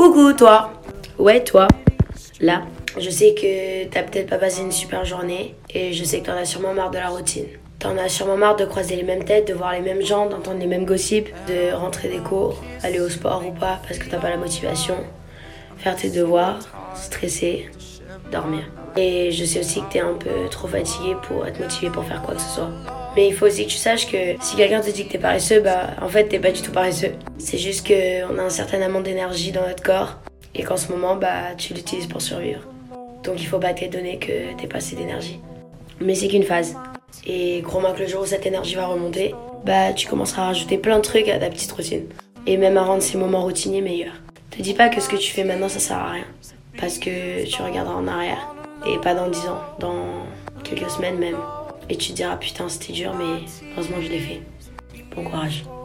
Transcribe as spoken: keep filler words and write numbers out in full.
Coucou toi. Ouais toi. Là. Je sais que t'as peut-être pas passé une super journée et je sais que t'en as sûrement marre de la routine. T'en as sûrement marre de croiser les mêmes têtes, de voir les mêmes gens, d'entendre les mêmes gossips, de rentrer des cours, aller au sport ou pas parce que t'as pas la motivation, faire tes devoirs, stresser, dormir. Et je sais aussi que t'es un peu trop fatigué pour être motivé pour faire quoi que ce soit. Mais il faut aussi que tu saches que si quelqu'un te dit que t'es paresseux, bah en fait t'es pas du tout paresseux. C'est juste qu'on a un certain amont d'énergie dans notre corps et qu'en ce moment bah tu l'utilises pour survivre. Donc il faut pas t'étonner que t'aies pas assez d'énergie. Mais c'est qu'une phase. Et crois-moi que le jour où cette énergie va remonter, bah tu commenceras à rajouter plein de trucs à ta petite routine. Et même à rendre ces moments routiniers meilleurs. Te dis pas que ce que tu fais maintenant ça sert à rien. Parce que tu regarderas en arrière. Et pas dans dix ans, dans quelques semaines même. Et tu te diras putain c'était dur mais heureusement que je l'ai fait. Bon courage.